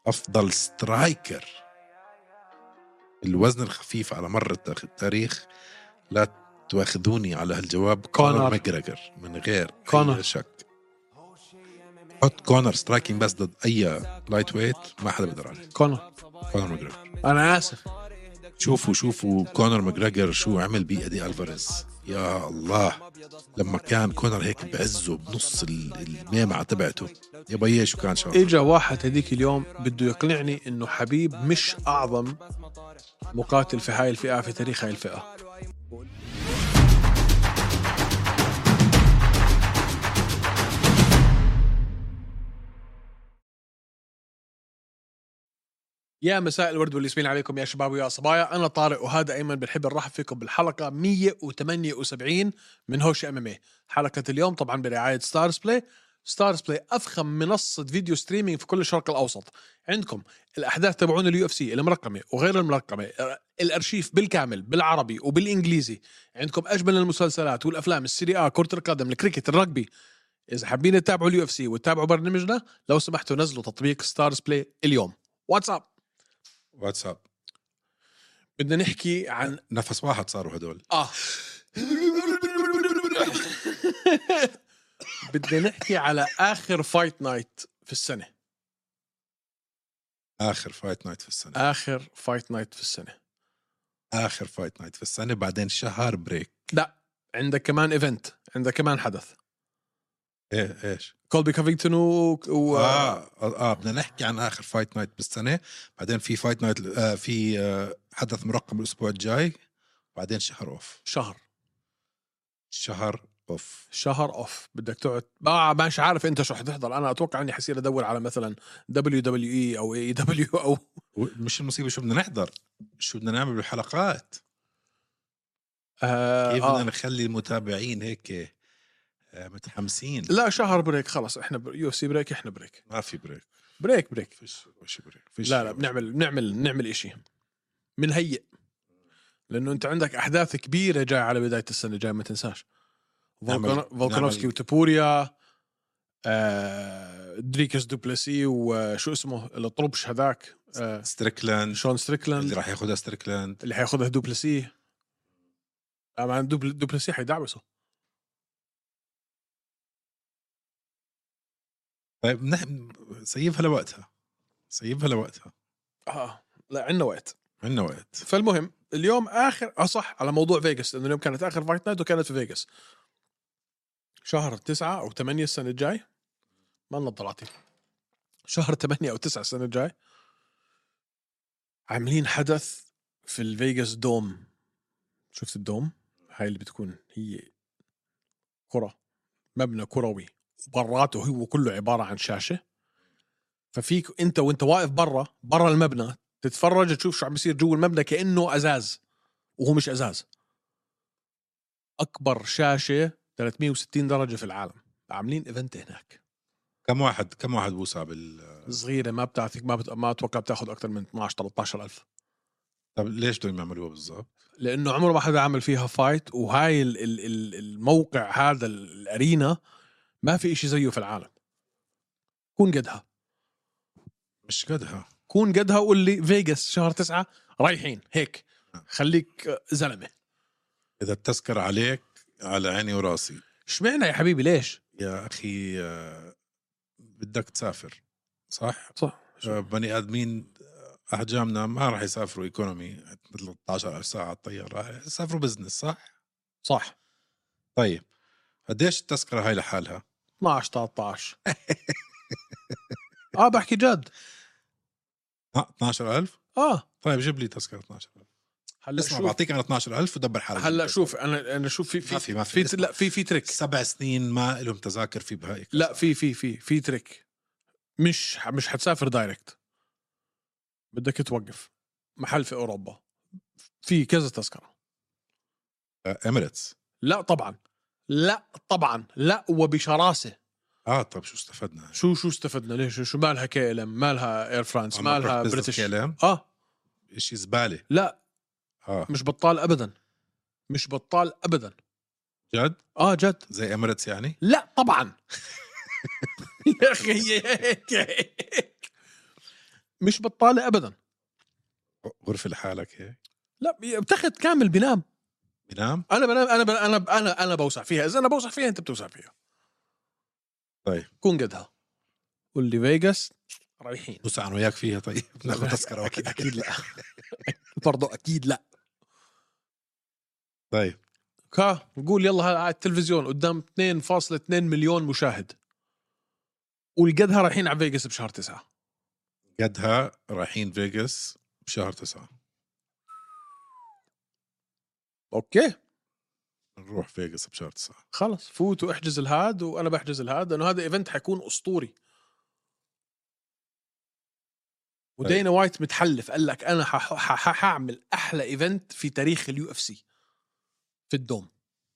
أفضل سترايكر الوزن الخفيف على مر التاريخ، لا تواخذوني على هالجواب، كونر ماجريجر من غير أي شك. حط كونر سترايكينج بس ضد أي لايت ويت ما حدا بيقدر عليه. كونر ماجريجر. أنا آسف. شوفوا كونر ماجريجر شو عمل بإيدي ألفاريز، يا الله. لما كان كونر هيك بعزه بنص الميمعة تبعته، يا بيه شو كان شاطر. إجا واحد هديك اليوم بده يقنعني إنه حبيب مش أعظم مقاتل في هاي الفئة في تاريخ هاي الفئة. يا مساء الورد والياسمين عليكم يا شباب ويا صبايا. أنا طارق وهذا أيمن. بنحب نرحب فيكم بالحلقة 178 من هوش MMA. حلقة اليوم طبعا برعاية ستارز بلاي. ستارز بلاي أفخم منصة فيديو ستريمينج في كل الشرق الأوسط. عندكم الأحداث تبعون اليو اف سي المرقمة وغير المرقمة، الأرشيف بالكامل بالعربي وبالإنجليزي. عندكم أجمل المسلسلات والأفلام، السيري آ، كرة القدم، الكريكت، الرugby. إذا حابين تتابعوا اليو اف سي وتتابعوا برنامجنا، لو سمحتوا نزلوا تطبيق ستارز بلاي اليوم. واتساب بدنا نحكي عن نفس واحد صاروا هدول. بدنا نحكي على آخر فايت نايت في السنة. آخر فايت نايت في السنة. بعدين شهر بريك. لا، عندك كمان إيفنت، عندك كمان حدث. ايش كولبي كافينغتون بدنا نحكي عن آخر فايت نايت بالسنة. بعدين في فايت نايت، في حدث مرقم الأسبوع الجاي. بعدين شهر اوف بدك تقعد مش عارف انت شو حتحضر. انا اتوقع اني حصير ادور على مثلا WWE او AEW او مش المصيبة شو بدنا نحضر، شو بدنا نعمل بالحلقات. كيف بدنا نخلي المتابعين هيك متحمسين. لا، شهر بريك خلص. احنا يو سي بريك، احنا بريك. ما في بريك فيش بريك. لا بنعمل اشي من هيئ، لانه انت عندك احداث كبيره جايه على بدايه السنه الجايه ما تنساش. فولكانوفسكي وتبوريا، دريكس دوبلسي، وشو اسمه الطربش هذاك، ستريكلاند، شون ستريكلاند اللي راح ياخدها ستريكلاند، اللي حياخدها دوبلسي. طبعا دوبلسي حيدعبسه. طيب سيبها لوقتها. لا، عندنا وقت. فالمهم اليوم آخر صح على موضوع فيغاس، لأنه اليوم كانت آخر فايت نايت وكانت في فيغاس شهر 9 أو 8 السنة الجاي. ما نطلعتي شهر 8 أو 9 السنة الجاي. عاملين حدث في الفيغاس دوم. شفت الدوم؟ هاي اللي بتكون هي كرة، مبنى كروي وبراته هو كله عبارة عن شاشة. ففيك انت وانت واقف برا المبنى تتفرج تشوف شو عم بيصير جوا المبنى كأنه أزاز، وهو مش أزاز. أكبر شاشة 360 درجة في العالم. عاملين إيفنت هناك. كم واحد بوسع صغيرة، ما بتعرفك، ما أتوقع بتاخد أكتر من 12-13 ألف. طب ليش بدهم يعملوها بالضبط؟ لأنه عمره ما حدا عمل فيها فايت، وهاي الموقع هذا الأرينا ما في إشي زيه في العالم. كون قدها مش قدها، كون قدها وقول لي فيغاس شهر 9 رايحين هيك. خليك زلمة. إذا التذكر عليك على عيني وراسي. اشمعنى يا حبيبي؟ ليش يا أخي بدك تسافر صح؟ بني آدمين أحجامنا ما راح يسافروا إيكونومي 13,000 ساعة الطيارة، يسافروا بزنس صح. طيب قديش التذكرة هاي لحالها؟ 12-13. بحكي جد. 12,000. طيب جيب لي تذكرة 12,000. هلا اسمع، بعطيك أنا 12,000 ودبر حالك. هلا شوف، أنا شوف في تريك. 7 سنين ما لهم تذاكر في بهاي. لا، في تريك. مش حتسافر دايركت، بدك توقف محل في أوروبا في كذا تذكرة. إميريتس. لا طبعا لا وبشراسة. طب شو استفدنا؟ شو استفدنا؟ ليش؟ شو مالها KLM، مالها اير فرانس، مالها بريتش KLM؟ إشي زبالة. لا مش بطال ابدا. جد؟ جد زي إميريتس يعني؟ لا طبعا. يا اخي هيك. مش بطالة ابدا. غرفه لحالك هيك؟ لا بتاخد كامل بينام. بينام؟ انا بنام. انا بوسع فيها. اذا انا بوسع فيها انت بتوسع فيها. طيب كون قدها. قول لي فيغاس رايحين. بوسع انا وياك فيها. طيب ناخذ تذكره واحده. اكيد لا. برضه اكيد لا. طيب نقول يلا على التلفزيون قدام 2.2 مليون مشاهد، والقدها رايحين على فيغاس بشهر 9. قدها رايحين فيغاس بشهر 9. اوكي نروح فيغاس بشهر 9. خلص فوت واحجز الهاد، وانا بحجز الهاد لانه هذا ايفنت حيكون اسطوري. ودينا وايت متحلف قال لك انا حاعمل احلى ايفنت في تاريخ اليو اف سي في الدوم.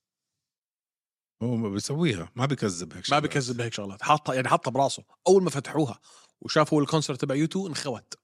هو ما بيسويها، ما بكذب هيك. ما بكذب هيك شغلات. حاطها يعني حاطها براسه. اول ما فتحوها وشافوا الكونسرت تبع يوتيوب انخوت.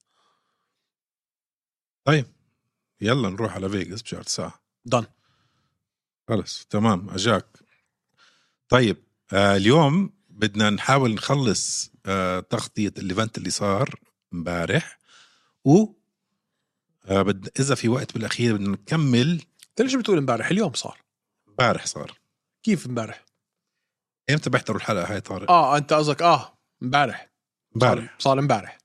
طيب يلا نروح على فيغاس بشهر 9. دن خلص تمام اجاك. طيب اليوم بدنا نحاول نخلص تغطية الايفنت اللي صار امبارح، و اذا في وقت بالاخير بدنا نكمل. انت ليش بتقول امبارح؟ اليوم صار. امبارح صار. كيف امبارح؟ امتى بيحضروا الحلقة هاي طارق؟ انت قصدك امبارح. صار امبارح.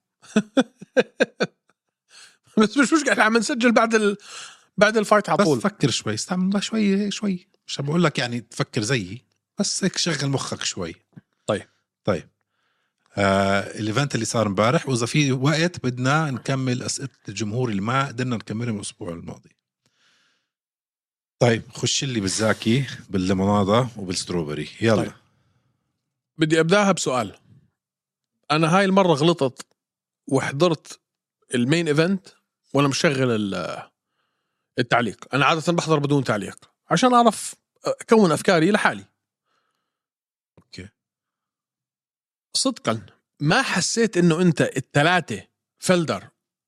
بس مش مشكلة عم نسجل بعد الفايت على طول. بس فكر شوي، استعمل شوي مش بقول لك يعني تفكر زيي، بس هيك شغل مخك شوي. طيب الايفنت اللي صار امبارح، واذا في وقت بدنا نكمل اسئله الجمهور اللي ما قدرنا نكملهم الاسبوع الماضي. طيب خش لي بالزاكي بالليموناده وبالستروبري يلا. طيب. بدي ابداها بسؤال. انا هاي المره غلطت وحضرت المين ايفنت وانا مشغل التعليق. انا عاده بحضر بدون تعليق عشان اعرف اكون افكاري لحالي. اوكي. صدقا ما حسيت انه انت الثلاثه فلدر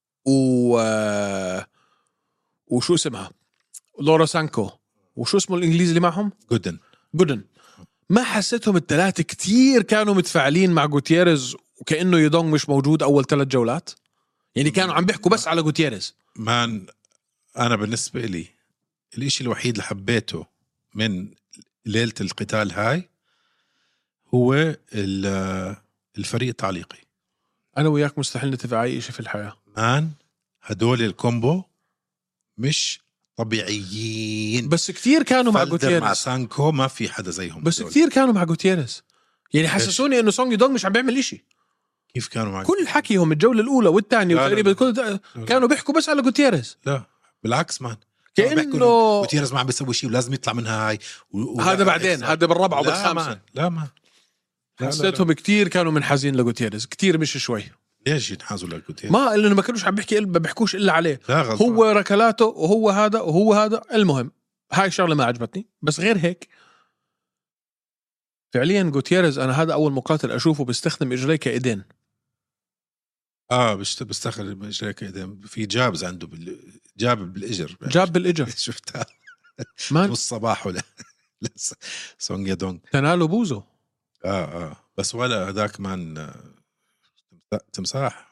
وشو اسمها لورا سانكو وشو اسمه الانجليزي اللي معهم جودن ما حسيتهم الثلاثه كتير كانوا متفاعلين مع غوتيريز، وكأنه يدونغ مش موجود اول 3 جولات. يعني كانوا عم بيحكوا بس على غوتيريز. انا بالنسبه لي الاشي الوحيد اللي حبيته من ليله القتال هاي هو الفريق التعليقي. انا وياك مستحيل نتفق على اي شيء في الحياه. هدول الكومبو مش طبيعيين. بس كتير كانوا مع غوتيريز. مع سانكو ما في حدا زيهم. بس كتير كانوا مع غوتيريز. يعني حسسوني انه سونج يدونغ مش عم بيعمل إشي. كيف كانوا مع كل حكيهم الجوله الاولى والثانيه وتقريبا كل كانوا بيحكوا بس على غوتيريز. لا بالعكس مان، كأنه غوتيريز ما عم بيسوي شيء ولازم يطلع من هاي هذا بعدين هذا بالرابعه وبالخامسه. لا ما حسيتهم كتير كانوا منحازين لغوتيريز كتير مش شوي. ليش ينحازوا لغوتيريز؟ ما لانه ما كانوش عم بيحكوش الا عليه. هو ركلاته وهو هذا المهم. هاي الشغله ما عجبتني. بس غير هيك فعليا غوتيريز انا هذا اول مقاتل اشوفه بيستخدم اجريه كايدين. بيستخدم اجريه كايدين. في جابز عنده جاب بالاجر شفتها نص صباح ولا سونج يدونغ تنالو بوزو. بس ولا هذاك مان تمساح.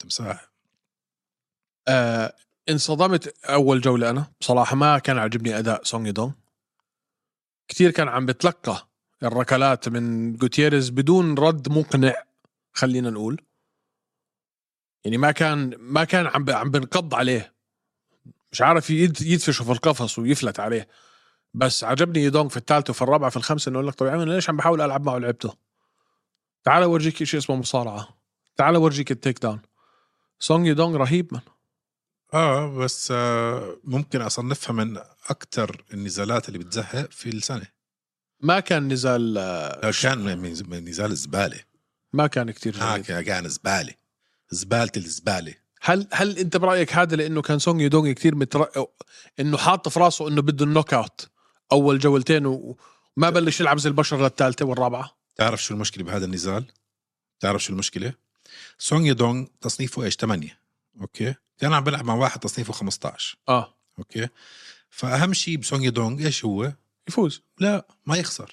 انصدمت اول جوله. انا بصراحه ما كان عجبني اداء سونج يدونغ. كتير كان عم بتلقى الركلات من غوتيريز بدون رد مقنع خلينا نقول. يعني ما كان عم بنقض عليه. مش عارف يدفشه في القفص ويفلت عليه. بس عجبني يدونغ في الثالثة وفي الرابعة في الخامسة انه لك طبعا انا ليش عم بحاول العب معه لعبته. تعال اورجيك شيء اسمه مصارعة. تعال اورجيك التيك داون. سونج يدونغ رهيب من. بس ممكن اصنفها من اكتر النزالات اللي بتزهق في السنة. ما كان نزال كان من نزال الزبالة. ما كان كتير جيد. كان زبالة الزبالة. هل انت برأيك هذا لانه كان سونج يدونغ كتير انه حاط في راسه انه بده النوك اوت اول جولتين وما بلش يلعب زي البشر للثالثة والرابعة؟ تعرف شو المشكلة بهذا النزال؟ تعرف شو المشكلة؟ سونج يدونغ تصنيفه ايش 8. اوكي كان عم بلعب مع واحد تصنيفه 15. اوكي فاهم شيء بسونج يدونغ ايش هو؟ يفوز. لا ما يخسر.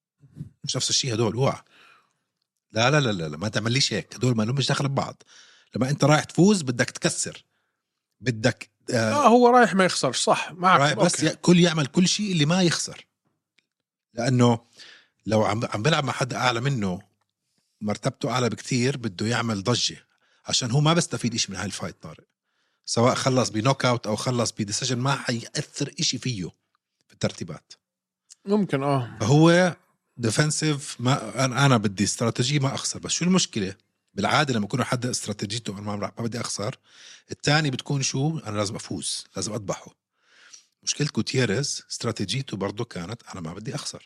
مش نفس الشيء هدول. اوعى لا ما تعمليش هيك. هدول ما لهمش دخل ببعض. لما انت رايح تفوز بدك تكسر، بدك هو رايح ما يخسرش، صح معك، بس يعمل كل شيء اللي ما يخسر. لانه لو عم بلعب مع حدا اعلى منه مرتبته اعلى بكتير بده يعمل ضجة عشان هو ما بيستفيد إشي من هاي الفايت. طارق سواء خلص بنوك اوت او خلص بديسيجن ما حيأثر إشي فيه في الترتيبات. ممكن فهو ديفنسيف. ما انا بدي استراتيجية ما اخسر. بس شو المشكلة بالعادة لما يكون حدا استراتيجيته انا ما بدي اخسر، الثاني بتكون شو؟ انا لازم افوز، لازم اذبحه. مشكلة كوتيريز استراتيجيته برضو كانت انا ما بدي اخسر.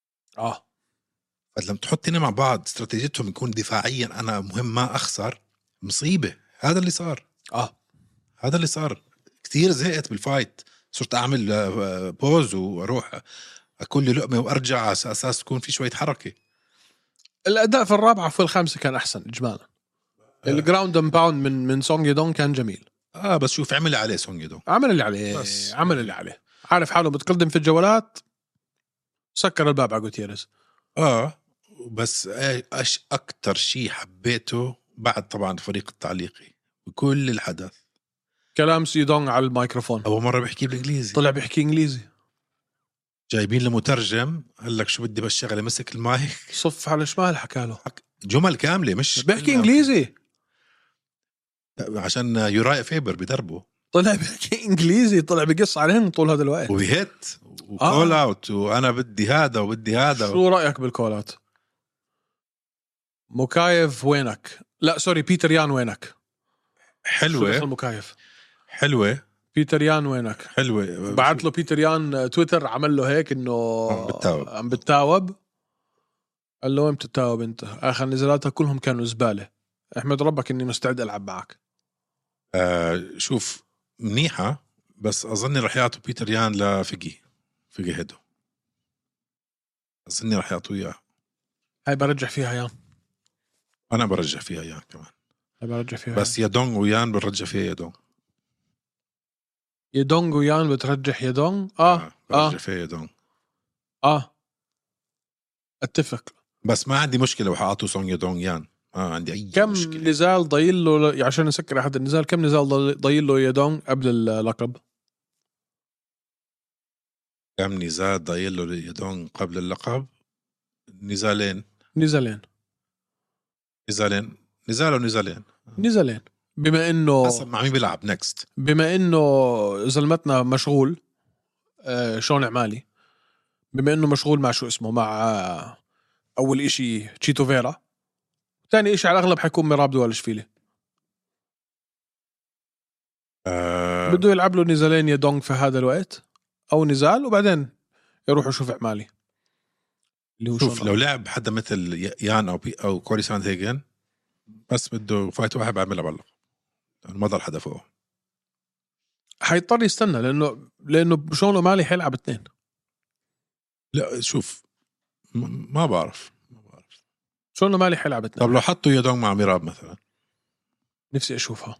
فلما تحطنا مع بعض استراتيجيتهم يكون دفاعيا انا مهم ما اخسر، مصيبة. هذا اللي صار. هذا اللي صار. كتير زهقت بالفايت، صرت اعمل بوز واروح اكل لي لقمة وارجع على اساس تكون في شوية حركة. الاداء في الرابعة وفي الخامسة كان احسن اجمالا. الجراوند اند باوند من سونج يدونغ كان جميل. بس شوف عمل عليه سونج يدونغ، عمل اللي عليه بس عمل اللي عليه. عارف حاله بتقدم في الجولات، سكر الباب على جوتيريز. بس ايش اكتر شيء حبيته بعد طبعا فريق التعليقي بكل الحدث؟ كلام سيدونغ على الميكروفون. اول مرة بيحكي بالانجليزي، طلع بيحكي انجليزي، جايبين له مترجم. قال لك شو بدي بشغله، مسك المايك صف على شمال حكى له جمل كاملة، مش بيحكي انجليزي عشان يوراي فيبر بدربه. طلع بيحكي انجليزي، طلع بيقص عليهم طول هذا الوقت وبيهت وكول اوت وانا بدي هذا وبدي هذا. شو رأيك بالكولات؟ مكايف وينك؟ لا سوري، بيتر يان وينك؟ حلوة مكايف حلوة. بيتر يان وينك؟ حلوة. بعت له بيتر يان تويتر، عمل له هيك انه عم بتتاوب. قال له وين بتتاوب انت؟ اخر نزلاتها كلهم كانوا زبالة، احمد ربك اني مستعد العب معك. شوف منيحة، بس اظني رح يعطوا بيتر يان لفيجي هيدو. اظني رح يعطوا اياه. هاي برجع فيها يان. انا برجع فيها يان كمان. هاي برجع فيها بس يدونغ ويان برجع فيها يدونغ. يدونغ ويان بترجح يدونغ. برجع فيها يدونغ. اتفق. بس ما عندي مشكلة لو حاعطوا سونج يدونغ يان، ما عندي اي كم مشكلة. نزال ضايل له عشان نسكر احد النزال؟ كم نزال ضايل له يدونغ قبل اللقب؟ كم نزال ضايل له يدونغ قبل اللقب؟ نزالين. بما انه حسب مع مين بيلعب نكست. بما انه زلمتنا مشغول شون عمالي، بما انه مشغول مع شو اسمه، مع اول اشي تشيتو فيرا، ثاني اشي على الاغلب حيكون ميراب دوالشفيلي. بده يلعب له نزالين يا دونغ في هذا الوقت، او نزال وبعدين يروح يشوف عمالي اللي هو شوف لو لعب حدا مثل يان او كوري ساندهيجن، بس بده فايت واحد بعملها بالله ما ضل حدا فوق. حيضطر يستنى لانه شون مالي حيلعب 2. لا شوف ما بعرف شون مالي حيلعب 2. طب لو حطوا يدونغ مع ميراب مثلا، نفسي اشوفها.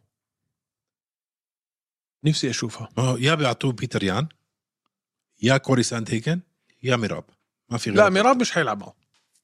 يا بيعطوه بيتر يان، يا كوري ساندهيجن، يا ميراب. ما في غير. لا ميراب مش حيلعب معه.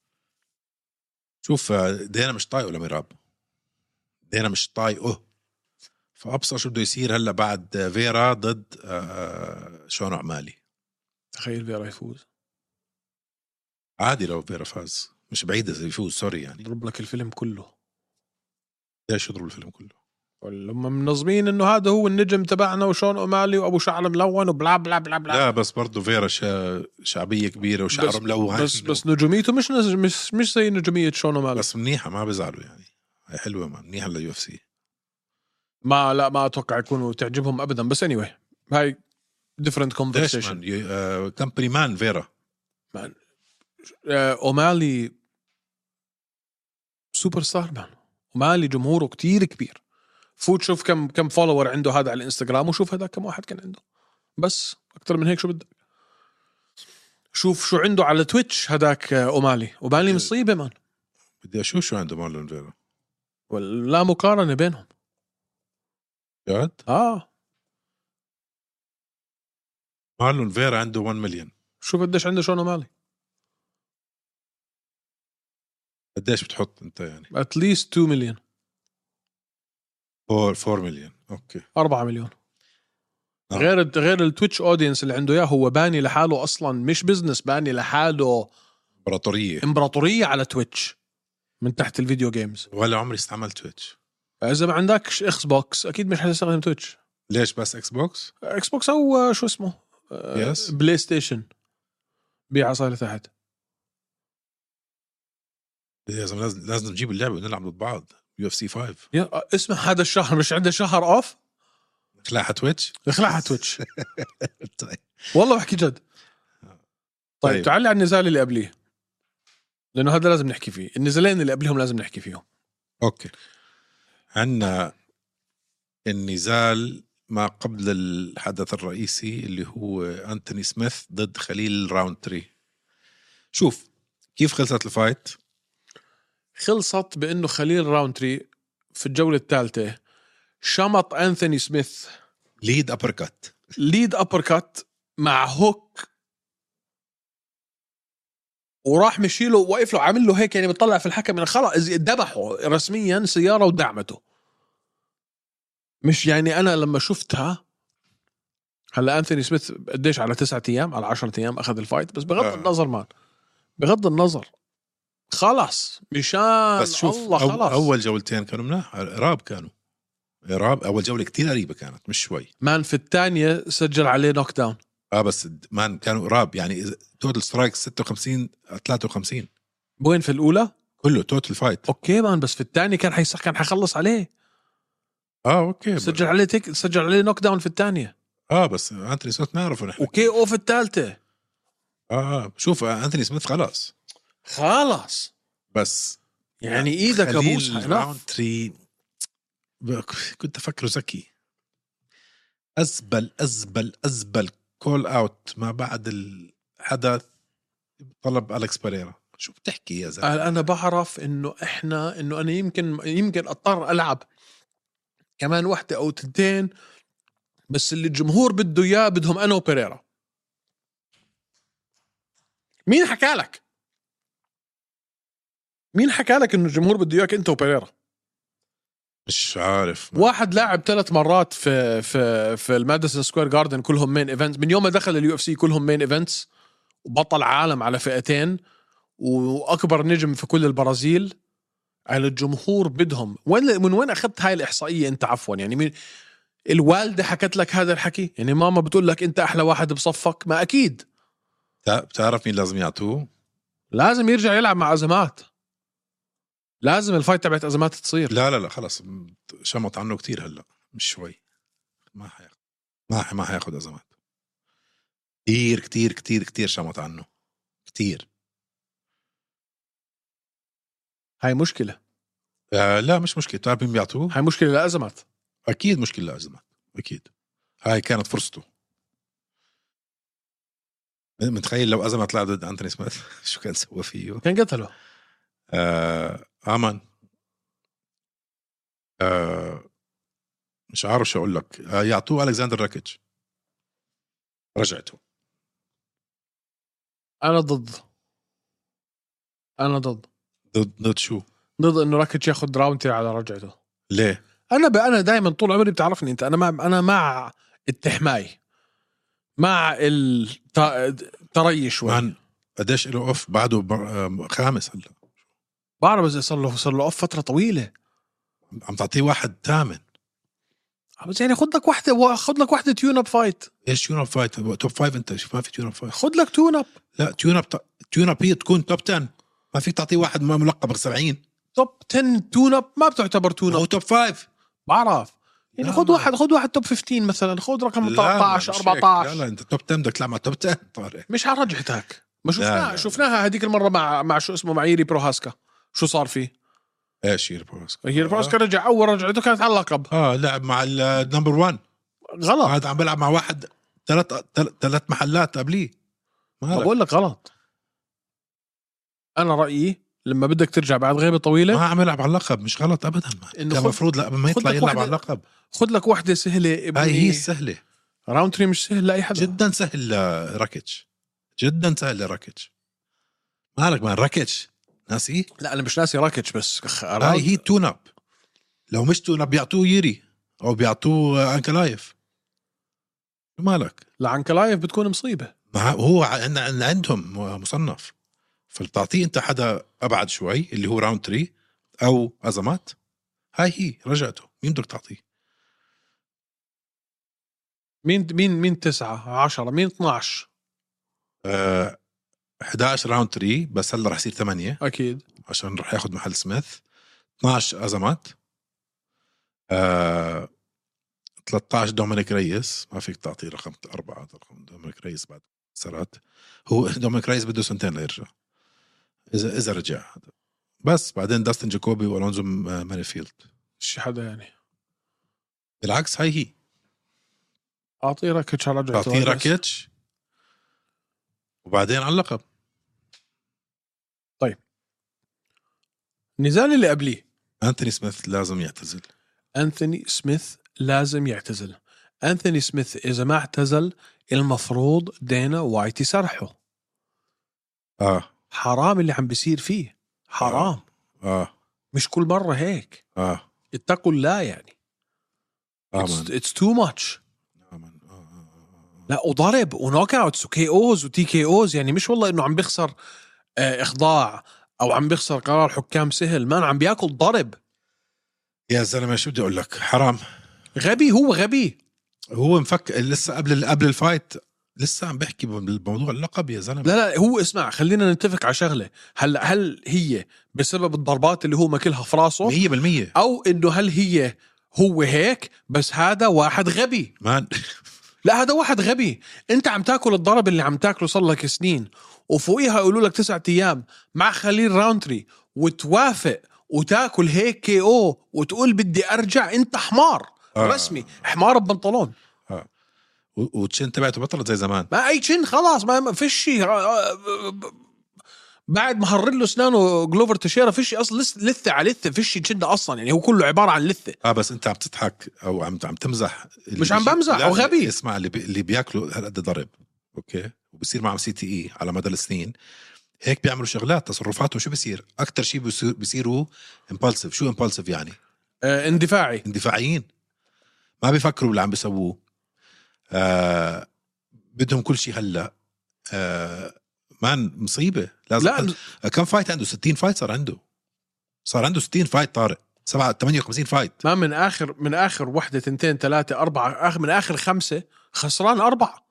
شوف دينا مش طايقه لميراب، دينا مش طايقه. فأبصر شو بده يصير هلا بعد فيرا ضد شون عمالي. تخيل فيرا يفوز. عادي لو فيرا فاز، مش بعيدة يفوز. سوري يعني ضرب لك الفيلم كله. ليش يضرب الفيلم كله؟ لما منظمين انه هذا هو النجم تبعنا وشون أمالي وابو شعر ملون وبلا بلا بلا بلا. لا بس برضو فيرا شعبية كبيرة وشعره ملون. بس نجوميته مش زي نجومية شون أمالي. بس منيحة ما بزعلوا يعني، هي حلوة منيحة لليو اف سي. ما اتوقع يكونوا تعجبهم ابدا. بس anyway هاي different conversation. كمباني مان فيرا مان أمالي سوبر ستار مان. أمالي جمهوره كتير كبير. فوت شوف كم فولور عنده هذا على الانستغرام، وشوف هذا كم واحد كان عنده. بس اكتر من هيك شو بدك؟ شوف شو عنده على تويتش هداك أمالي مصيبة مان. بدي اشوف شو عنده مارلون فيرا. ولا مقارنة بينهم جد؟ مارلون فيرا عنده 1 مليون. شو قديش عنده شون أمالي؟ قديش بتحط انت يعني؟ at least 2 مليون. 4 مليون. اوكي 4 مليون. غير التويتش اودينس اللي عنده اياه، هو باني لحاله اصلا مش بزنس، باني لحاله امبراطوريه على تويتش من تحت الفيديو جيمز. ولا عمري استعملت تويتش. اذا ما عندكش اكس بوكس اكيد مش هتستخدم تويتش. ليش بس اكس بوكس او شو اسمه يس بلاي ستيشن بيع صار تحت. لازم نجيب اللعبه ونلعب ضد بعض. UFC 5 اسمع هذا الشهر مش عنده شهر اوف، اخلعها تويتش. طيب. والله بحكي جد. طيب تعالي على النزال اللي قبليه، لانه هذا لازم نحكي فيه. النزالين اللي قبلهم لازم نحكي فيهم. اوكي عندنا النزال ما قبل الحدث الرئيسي اللي هو أنتوني سميث ضد خليل راونتري. شوف كيف خلصت الفايت. خلصت بأنه خليل راونتري في الجولة الثالثة شمط أنتوني سميث ليد أبركات مع هوك، وراح مشيله وقف له عامل له هيك يعني بتطلع في الحكم من خلاص ذبحه رسميا سيارة ودعمته. مش يعني أنا لما شفتها هلا أنتوني سميث قديش على 9 أيام على 10 أيام أخذ الفايت، بس بغض النظر بغض النظر خلاص مشان بس شوف الله خلاص. أول جولتين كانوا مناح راب أول جولة كتير قريبة كانت مش شوي. مان في الثانية سجل عليه نوك داون. بس مان كانوا راب يعني توتال سترايك 56 53. وين في الأولى؟ كله توتال فايت. أوكي مان بس في الثانية كان حيخلص عليه. أوكي سجل عليه نوك داون في الثانية. بس أنتوني سميث نعرفه نحن. وكي أو في الثالثة. شوف أنتوني سميث خلاص بس يعني إيدك أبوس راونتري كنت أفكره ذكي. أزبل كول أوت ما بعد الحدث طلب أليكس باريرا. شو بتحكي يا زلمة؟ أنا بعرف إنه أنا يمكن أضطر ألعب كمان واحدة أو تنتين، بس اللي الجمهور بده إياه بدهم أنا وبيريرا. مين حكى لك إنه الجمهور بده إياك أنت وبيريرا؟ مش عارف. واحد لاعب 3 مرات في الماديسون سكوير جاردن كلهم مين ايفنتس من يوم ما دخل اليو اف سي، كلهم مين ايفنتس وبطل عالم على فئتين واكبر نجم في كل البرازيل. على الجمهور بدهم من وين اخذت هاي الاحصائيه انت؟ عفوا يعني من الوالده حكت لك هذا الحكي؟ يعني ماما بتقول لك انت احلى واحد بصفك؟ ما اكيد. بتعرف مين لازم يعطوه؟ لازم يرجع يلعب مع ازمات. لازم الفايت تبعت ازمات تصير. لا خلص شمط عنه كتير هلا مش شوي. ما حياخد ازمات كتير شمط عنه كتير. هاي مشكله. لا مش مشكله. تعرف مين بيعطوه؟ هاي مشكله لازمات. اكيد مشكله لازمات اكيد. هاي كانت فرصته. متخيل لو أزمة طلع ضد أنتوني سميث شو كان سوى فيه؟ كان قتله. آمن. مش عارف شو أقول لك. يعطوه ألكساندر راكيتش. رجعته. أنا ضد شو؟ ضد إنه راكيتش ياخد راونتي على رجعته. ليه؟ أنا دائما طول عمري بتعرفني أنت، أنا مع التحماي، مع التريش شوي. قديش له أوف بعده خامس هلا. بعرف بس صار له أوف فترة طويلة. عم تعطيه واحد ثامن. بس يعني خد لك واحدة تيون اب فايت. ايش تيون اب فايت؟ توب 5 انت شوف ما في تيون اب فايت. خد لك تيون اب. لا تيون اب هي تكون توب 10. ما فيك تعطيه واحد ما ملقب 70. توب 10 تون اب ما بتعتبر تون اب. هو توب 5 بعرف يعني. خد واحد توب 15 مثلا. خد رقم 13 14. لا انت توب 10 بدك تلعب مع توب 10 طارق. مش على رجعتك. ما شفناها هذيك المرة مع شو اسمه مع ييري بروهاسكا. شو صار فيه؟ ايش ييري بروهاسكا رجع اول رجعته كانت على اللقب. لعب مع النمبر 1. غلط. هذا عم بلعب مع واحد 3 محلات قبليه. بقول لك غلط. انا رأيي لما بدك ترجع بعد غيبة طويلة ما عم يلعب على اللقب. مش غلط ابدا. كان المفروض لا ما يطلع يلعب على اللقب. خد لك واحدة سهلة. هاي هي السهلة. راونتري مش سهل لأي حدا. جدا سهل لراكيتش. جدا سهل لراكيتش. مالك مان راكيتش ناسي؟ لا أنا مش ناسي راكيتش بس هاي هي تون اب. لو مشتوا بيعطوه ييري او بيعطوه انكلايف. شو مالك؟ لعنكلايف بتكون مصيبة. ما هو عندهم مصنف، فبتعطيه انت حدا ابعد شوي اللي هو راوند 3 او ازمات. هاي رجعته، مين بدك تعطيه؟ مين 9 10 مين 12؟ 11 راوند 3 بس هلا رح يصير 8 اكيد عشان رح ياخد محل سميث. 12 ازمات. 13 دومينيك ريس، ما فيك تعطيه رقم 4 رقم دومينيك ريس بعد سرات. هو دومينيك ريس بده سنتين ليرجع اذا رجع هذا. بس بعدين داستن جاكوبي والونزو مانيفيلد. شي حدا يعني. بالعكس هاي هي اعطيه راكيتش على رجعته. تعطيه راكيتش وبعدين على اللقب. طيب النزال اللي قبليه أنتوني سميث لازم يعتزل. أنثوني سميث لازم يعتزل. أنثوني سميث إذا ما اعتزل المفروض دينا وايت يسرحه. حرام اللي عم بيصير فيه، حرام. مش كل مرة هيك. اتقوا الله يعني. It's too much. لا وضرب ونوك اوتس وكي اوز وتي كي اوز، يعني مش والله انه عم بيخسر اخضاع او عم بيخسر قرار حكام سهل، ما عم بياكل ضرب. يا زلمه شو بدي اقول لك، حرام. غبي، هو غبي. هو مفكر لسه قبل الفايت لسه عم بحكي بموضوع اللقب يا زلمه. لا هو اسمع، خلينا نتفق على شغله. هل هي بسبب الضربات اللي هو ماكلها في راسه 100%، او انه هل هو هيك بس هذا واحد غبي؟ لا هذا واحد غبي. انت عم تاكل الضرب اللي عم تاكله صار لك سنين، وفوقيها يقولوا لك 9 ايام مع خليل راونتري وتوافق وتاكل هيك كي او وتقول بدي ارجع. انت حمار. رسمي حمار ببنطلون. وتشين تبعته بطلت زي زمان. ما اي تشين خلاص، ما فيش شيء. بعد ما حرر له اسنانه جلوفر تشيرا فيش اصلا لثه على لثه، فيش تشين اصلا، يعني هو كله عباره عن لثه. بس انت عم تضحك او عم تمزح. مش عم بمزح او غبي. اسمع، اللي بياكلوا هالقد ضرب اوكي وبصير معهم CTE على مدى السنين هيك بيعملوا شغلات، تصرفاتهم شو بصير اكتر شيء بيصيروا امبالسيف. شو امبالسيف يعني؟ اندفاعيين، ما بيفكروا باللي عم بيسووه. بدهم كل شيء هلا. مان مصيبه. لازم كم فايت عنده؟ 60 فايت صار عنده 60 فايت طارق. 58 فايت. ما من اخر وحده 2 3 4 من اخر 5 خسران 4.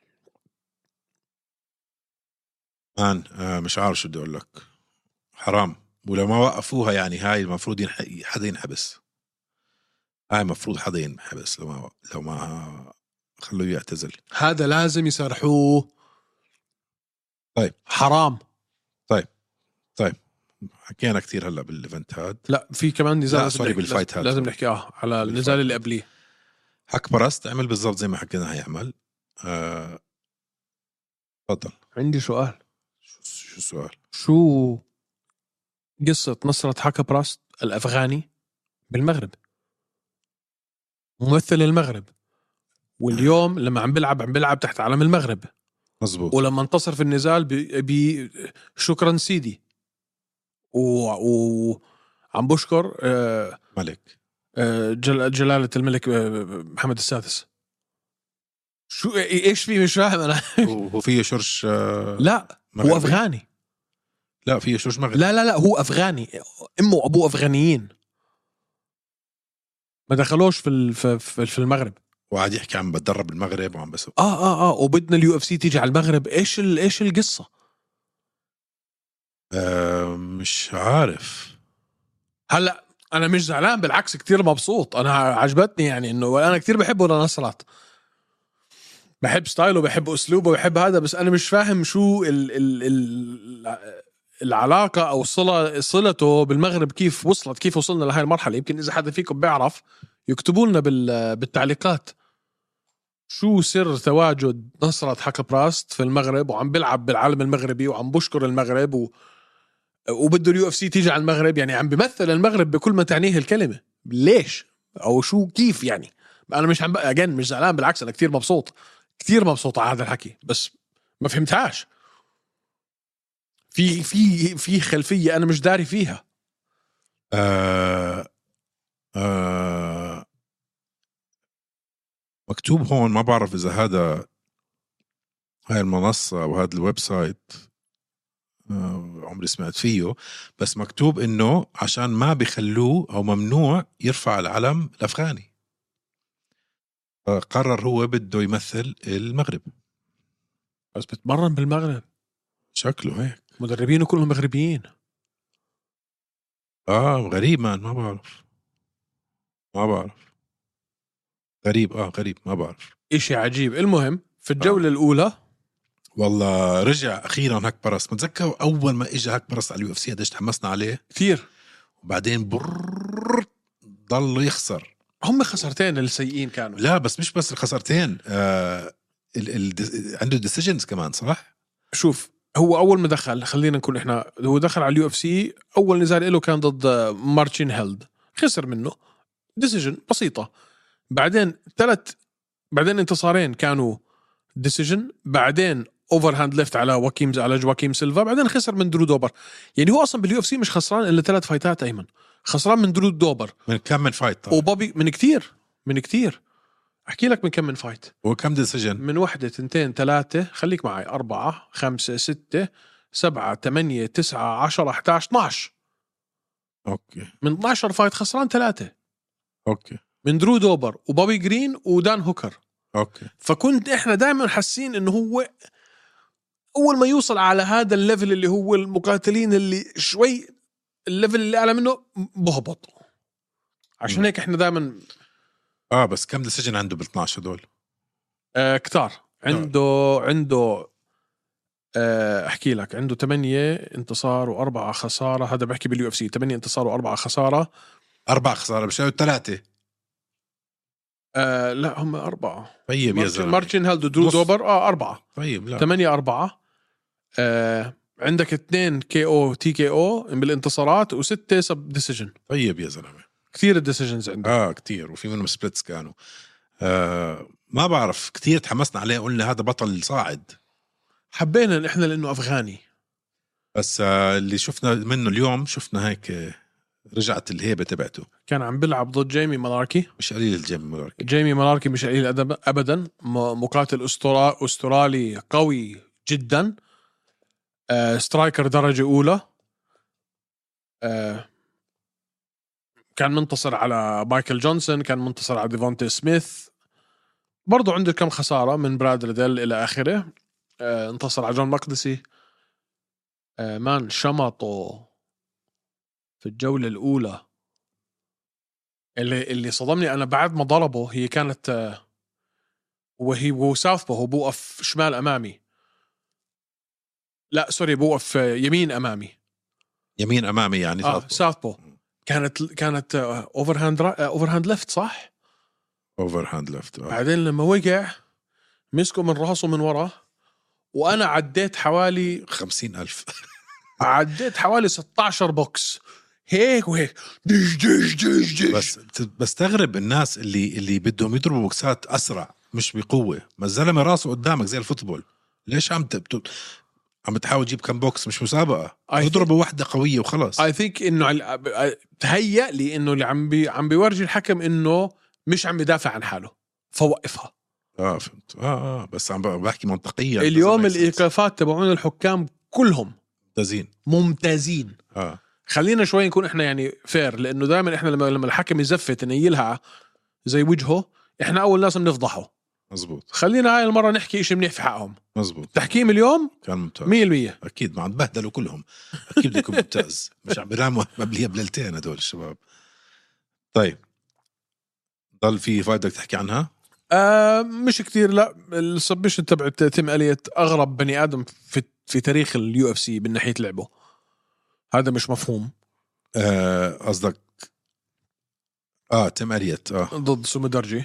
مان مش عارف شو بدي اقول لك، حرام. ولو ما وقفوها يعني هاي المفروض حدا ينحبس. هاي المفروض حدا ينحبس لو ما خلوه يعتزل. هذا لازم يسرحوه. طيب حرام. طيب حكينا كتير هلا بالايفنت هاد. لا في كمان نزال بالفايت هاد لازم نحكي على النزال اللي قبليه. حك براست عمل بالضبط زي ما حكينا هيعمل. تفضل. عندي سؤال. شو السؤال؟ شو قصة نصرة حكا براست الأفغاني بالمغرب؟ ممثل المغرب، واليوم لما عم بلعب تحت علم المغرب. مزبوط. ولما انتصر في النزال شكرا سيدي وعم بشكر ملك جلالة الملك محمد السادس. شو ايش فيه؟ مش فاهم انا. هو فيه شرش لا مغربي. هو افغاني. لا فيه شرش مغربي. لا هو افغاني، امه وابوه افغانيين، ما دخلوش في المغرب. وقاعد يحكي عم بتدرب المغرب وعم بس وبدنا UFC تيجي على المغرب. ايش القصة؟ مش عارف. هلا انا مش زعلان، بالعكس كتير مبسوط. انا عجبتني يعني انه انا كتير بحبه لنصرات، بحب ستايله، بحب اسلوبه، بحب هذا. بس انا مش فاهم شو العلاقة او صلته بالمغرب، كيف وصلت، كيف وصلنا لهاي المرحلة. يمكن اذا حدا فيكم بيعرف يكتبوا لنا بالتعليقات شو سر تواجد نصرة حكا براست في المغرب، وعم بيلعب بالعالم المغربي وعم بشكر المغرب وبده UFC تيجي على المغرب. يعني عم بيمثل المغرب بكل ما تعنيه الكلمة. ليش او شو كيف يعني؟ انا مش مش زعلان، بالعكس انا كتير مبسوط على هذا الحكي، بس ما فهمتهاش. في خلفية انا مش داري فيها. مكتوب هون، ما بعرف إذا هذا هاي المنصة أو هذا الويب سايت عمري سمعت فيه، بس مكتوب إنه عشان ما بيخلوه أو ممنوع يرفع العلم الأفغاني، قرر هو بده يمثل المغرب. بس بتمرن بالمغرب شكله هيك، مدربينه كلهم مغربيين. غريب ما بعرف غريب غريب ما بعرف. إشي عجيب. المهم في الجولة الأولى والله رجع أخيرا هكبرس. متذكر أول ما إجا هكبرس على UFC قديش تحمسنا عليه كثير، وبعدين ضل يخسر. هم خسرتين السيئين كانوا. لا بس بس الخسرتين عنده ديسيجنز كمان صح. شوف هو أول ما دخل، خلينا نكون إحنا، هو دخل على UFC أول نزال له كان ضد مارتشين هيلد، خسر منه ديسيجن بسيطة. بعدين بعدين انتصارين كانوا ديسيجن، بعدين اوفر هاند ليفت على جواكيم سيلفا، بعدين خسر من درو دوبر. يعني هو اصلا باليو اف سي مش خسران الا 3 فايتات ايمن، خسران من درو دوبر. من كم من فايت طبعا. وبابي من كتير احكي لك من كم من فايت. وكم ديسيجن؟ من 1 2 3 خليك معي 4 5 6 7 8 9 10 11 12. اوكي من 12 فايت خسران 3. اوكي من درو دوبر وبابي جرين ودان هوكر. اوكي. فكنت احنا دائما حاسين انه هو اول ما يوصل على هذا الليفل اللي هو المقاتلين اللي شوي الليفل اللي اعلى منه بهبط. عشان هيك احنا دائما بس كم ديسيجن عنده بال12 دول؟ كتار. عنده احكي لك، عنده 8 انتصار و4 خسارة. هذا بحكي باليو اف سي 8 انتصار و4 خسارة. 4 خسارة مش 3. لا هم 4. طيب يا زلمة. مارتشين هيلد ودرو دوبر 4. طيب لا 8 4. عندك 2 تي كي او بالانتصارات و6 سب ديسيجن. طيب يا زلمة كثير الديسيجنز عنده. كتير، وفي منهم سبلتس كانوا. ما بعرف، كتير تحمسنا عليه، قلنا هذا بطل صاعد. حبينا احنا لانه افغاني. بس اللي شفنا منه اليوم، شفنا هيك رجعت الهيبة تبعته. كان عم بلعب ضد جيمي مالاركي. مش قليل جيمي مالاركي مش قليل ابدا. مقاتل استرالي قوي جدا. سترايكر درجة أولى. كان منتصر على مايكل جونسون، كان منتصر على ديفونتي سميث. برضو عنده كم خسارة من براد ريدل إلى آخره. انتصر على جون مقدسي. مان شمطه في الجولة الأولى. اللي صدمني أنا بعد ما ضربه، هي كانت وهو ساوثبو، هو بوقف شمال أمامي. لا سوري، بوقف يمين أمامي يعني ساوثبو. كانت اوفر هاند ليفت صح. اوفر هاند ليفت. بعدين لما وقع مسكه من راسه من ورا، وانا عديت حوالي 50,000 عديت حوالي 16 بوكس هيك وهيك دش. بس بستغرب الناس اللي بدهم يضربوا بوكسات اسرع مش بقوه. ما الزلمه راسه قدامك زي الفوتبول، ليش عم تحاول تجيب كم بوكس؟ مش مسابقة، اضربه واحدة قوية وخلص. I think انه تهيأ لي انه اللي عم بيورجي الحكم انه مش عم بيدافع عن حاله فوقفها. فهمت. بس عم بحكي منطقيا. اليوم الايقافات تبعون الحكام كلهم ممتازين. خلينا شوي نكون احنا يعني فير، لانه دائما احنا لما الحكم يزفت ينيلها زي وجهه، احنا اول ناس بنفضحه. مزبوط. خلينا هاي المرة نحكي إشي منيح في حقهم. مزبوط. تحكيم اليوم كان ممتاز 100%. أكيد، ما عم بهدلوا كلهم. أكيد لكم ممتاز. مش عم بيناموا مبليه بليلتين هدول الشباب. طيب ضل في فايدة تحكي عنها؟ مش كتير. لا السبشن تبعت تيم إليوت أغرب بني آدم في تاريخ اليو اف سي من ناحية لعبه. هذا مش مفهوم. قصدك تيم إليوت ضد سومودرجي.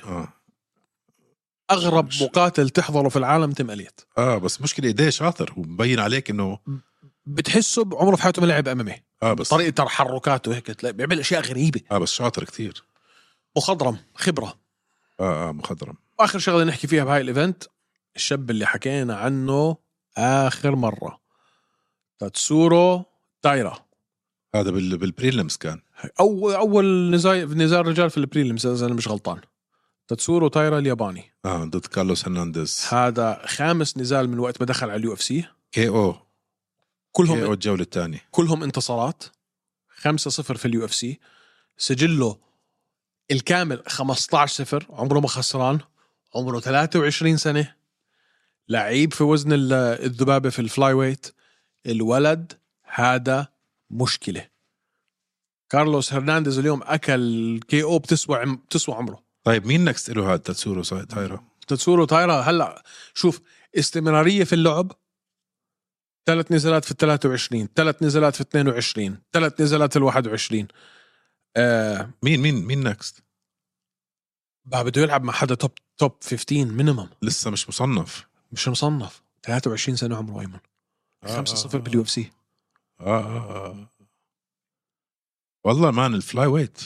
أغرب مقاتل تحضره في العالم تيم إليوت. بس مشكلة إيديه شاطر، ومبين عليك إنه بتحسه بعمره في حياته ما لعب أمامي. بس طريقة تحركاته هيك بيعمل أشياء غريبة. بس شاطر كتير، مخضرم خبرة. مخضرم. آخر شغلة نحكي فيها بهاي الإيفنت، الشاب اللي حكينا عنه آخر مرة، تاتسورو تايرا. هذا بالبريلمز كان اول نزال رجال في البريلمز اذا انا مش غلطان. تاتسورو تايرا الياباني ضد كارلوس هرنانديز. هذا 5 نزال من وقت ما دخل على اليو اف سي. KO كلهم الجولة الثانية كلهم انتصارات. 5-0 في اليو اف سي. سجله الكامل 15-0. عمره ما خسران. عمره 23 سنة. لعيب في وزن الذبابة في الفلاي ويت. الولد هذا مشكلة. كارلوس هرنانديز اليوم أكل KO بتسوى عمره. طيب مين نكست له هذا تاتسورو تايرا؟ تاتسورو تايرا هلأ شوف استمرارية في اللعب. 3 نزالات في 23، 3 نزالات في 22، 3 نزالات في 21. مين نكست؟ بقى بده يلعب مع حدا توب 15 مينيمم. لسه مش مصنف. 23 سنة عمره أيمن. 5-0 باليو اف سي. والله مان الفلاي ويت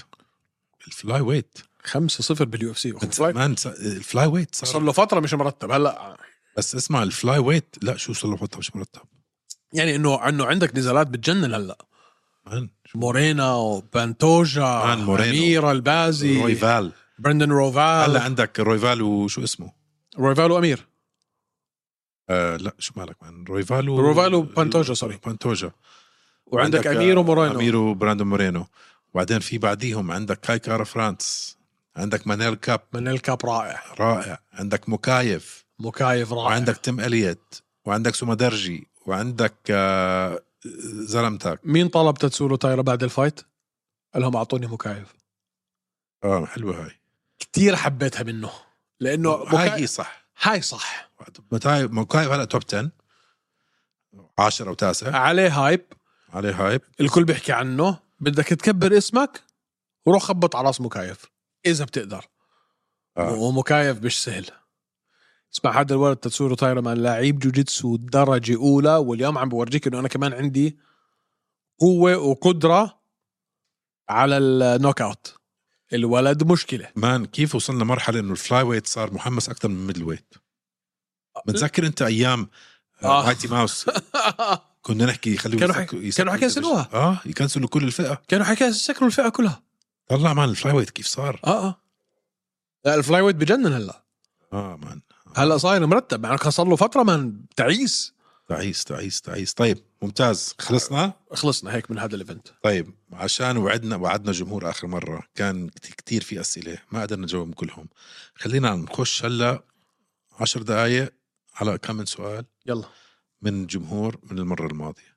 5-0 باليو اف سي. الفلاي ويت صار له فترة مش مرتب هلا. بس اسمع الفلاي ويت لا شو صار له فترة مش مرتب. يعني انه عندك نزالات بتجنن هلا. مورينا وبانتوجا أمير البازي رويفال برندن رويفال. هلا عندك رويفال وشو اسمه رويفال وأمير لا شو مالك مان رويفال وبانتوجا سوري بانتوجا. وعندك أمير ومورينو. أمير وبراندون مورينو. وبعدين في بعديهم عندك كاي كارا فرانس. عندك مانيل كاب رائع. عندك مكايف رائع. وعندك تيم إليت وعندك سومادرجي وعندك زلمتك. مين طلب تاتسورو تايرا بعد الفايت؟ قالهم أعطوني مكايف. حلوة هاي كتير حبيتها منه لأنه هاي صح. مكايف هلا توب 10 10 أو 9 عليه هايب الكل بيحكي عنه. بدك تكبر اسمك وروح خبط على راس مكايف إذا بتقدر. ومكايف مش سهل. اسمع هذا الولد تاتسورو تايرا من لاعب جوجيتسو درجة أولى. واليوم عم بورجيك إنه أنا كمان عندي قوة وقدرة على النوك أوت. الولد مشكلة مان. كيف وصلنا مرحلة إنه الفلاي ويت صار محمس أكتر من ميدل ويت. بتذكر أنت أيام مايتي ماوس كنا نحكي كانوا يكنسلوها. يكنسلوا كل الفئة. كانوا يسكروا الفئة كلها. طلع مان الفلاي ويت كيف صار. لا الفلاي ويت بجنن هلا. مان هلا صاير مرتب يعني صار له فترة من تعيس. طيب ممتاز. خلصنا هيك من هذا الايفنت. طيب عشان وعدنا جمهور آخر مرة كان كتير في أسئلة ما قدرنا نجاوب كلهم. خلينا نخش هلا 10 دقايق على كم من سؤال يلا من الجمهور من المرة الماضية.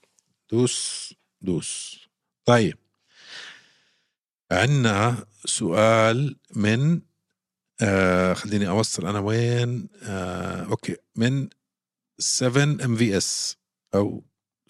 دوس. طيب عنا سؤال من خليني أوصل أنا وين. أوكي من 7 MVS أو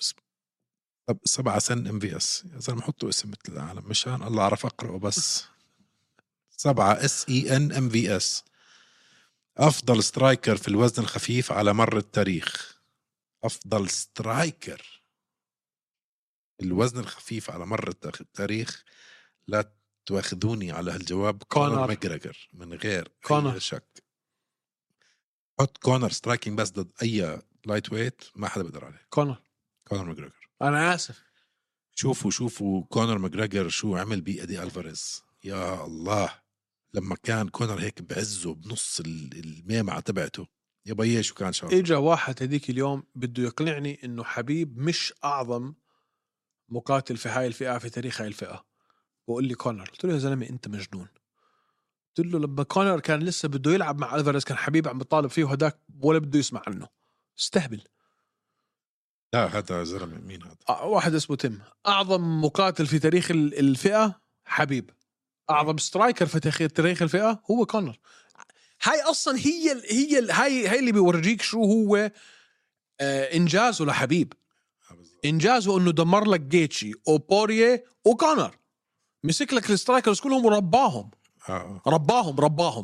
7 سن MVS. يا زلمة حطوا اسم مثل العالم مشان الله أعرف أقرأه بس. 7 SEN MVS أفضل سترايكر في الوزن الخفيف على مر التاريخ. أفضل سترايكر الوزن الخفيف على مر التاريخ. لا تواخذوني على هالجواب. كونر ماجريجر من غير أي شك. حط كونر سترايكينج بس ضد أي لايت ويت ما حدا بيقدر عليه. كونر ماجريجر. أنا آسف. شوفوا كونر ماجريجر شو عمل بإيدي ألفاريز. يا الله لما كان كونر هيك بعزه بنص الميمعة تبعته يا بيه شو كان شاطر. إجا واحد هديك اليوم بده يقنعني إنه حبيب مش أعظم مقاتل في هاي الفئة في تاريخ هاي الفئة. بقول لي كونر. قلت له يا زلمة أنت مجنون. قلت له لما كونر كان لسه بده يلعب مع ألفاريز كان حبيب عم بيطالب فيه وهداك ولا بده يسمع عنه. استهبل. لا هذا زلمة مين هذا؟ واحد اسمه تيم. أعظم مقاتل في تاريخ الفئة حبيب. أعظم سترايكر في تاريخ الفئة هو كونر. هاي أصلا هاي اللي بيورجيك شو هو إنجازه لحبيب. إنجازه إنه دمر لك جيتشي وبوريه وكونر. مسك لك السترايكرز كلهم ورباهم. رباهم.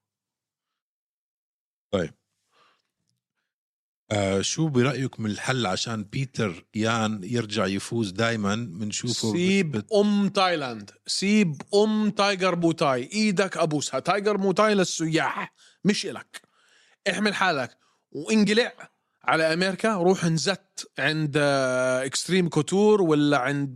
طيب شو برأيك من الحل عشان بيتر يان يرجع يفوز دايما منشوفه؟ سيب تايلاند. سيب تايجر موتاي. ايدك ابوسها. تايجر موتاي للسياح مش إلك. احمل حالك وانقلع على امريكا روح نزت عند اكستريم كوتور ولا عند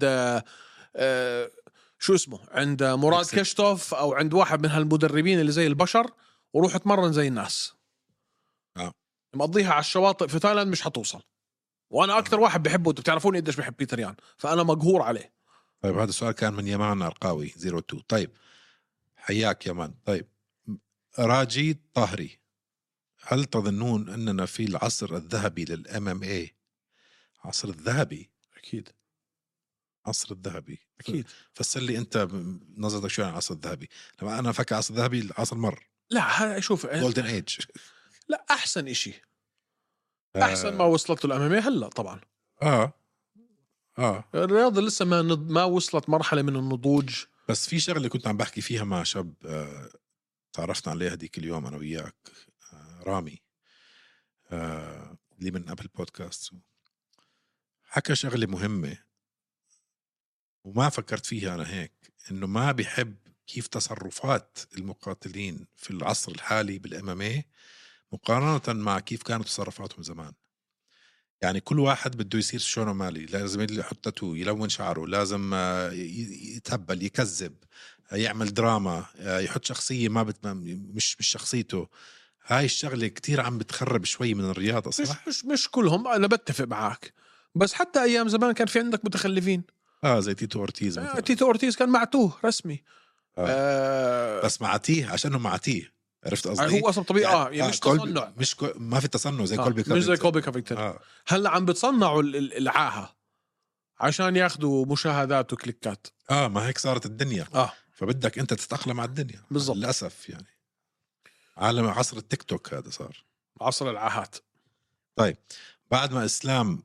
شو اسمه عند مراد كشتوف او عند واحد من هالمدربين اللي زي البشر وروح اتمرن زي الناس. مقضيها على الشواطئ في تايلاند مش حتوصل. وانا اكثر واحد بحبه، انتوا بتعرفوني قديش بحب بيتر يان، فانا مقهور عليه. طيب هذا السؤال كان من يمان أرقاوي 02. طيب حياك يمان. طيب راجي طاهري، هل تظنون أننا في العصر الذهبي للMMA؟ عصر الذهبي؟ أكيد عصر الذهبي أكيد. فسر لي أنت نظرتك شو عن العصر الذهبي. لما أنا فكر عصر الذهبي العصر مر. لا هذا شوف Golden Age. لا أحسن إشي أحسن ما وصلته الأمامية هلا طبعا. الرياضة لسه ما وصلت مرحلة من النضوج. بس في شغلة كنت عم بحكي فيها مع شاب تعرفنا عليه هديك اليوم أنا وياك، رامي اللي من أبل بودكاست، حكى شغلة مهمة وما فكرت فيها أنا هيك، إنه ما بيحب كيف تصرفات المقاتلين في العصر الحالي بالMMA مقارنة مع كيف كانت تصرفاتهم زمان. يعني كل واحد بده يصير شونو مالي، لازم يحط تاتو، يلون شعره، لازم يتهبل، يكذب، يعمل دراما، يحط شخصية مش شخصيته. هاي الشغلة كتير عم بتخرب شوي من الرياضة صح؟ مش كلهم، أنا بتفق معك، بس حتى أيام زمان كان في عندك متخلفين زي تيتو أورتيز مثلا. تيتو أورتيز كان معتوه رسمي. بس معتيه عشانه معتيه، عرفت قصدي؟ هو أصلا طبيعي يعني مش تصنع، ما في تصنع زي كولبي كوفينغتون، مش زي كولبي كوفينغتون. هلا عم بتصنعوا العاهة عشان ياخدوا مشاهدات وكليكات. ما هيك صارت الدنيا. فبدك انت تتأقلم على الدنيا بالضبط. للأسف يعني عالم عصر التيك توك هذا صار عصر العاهات. طيب بعد ما إسلام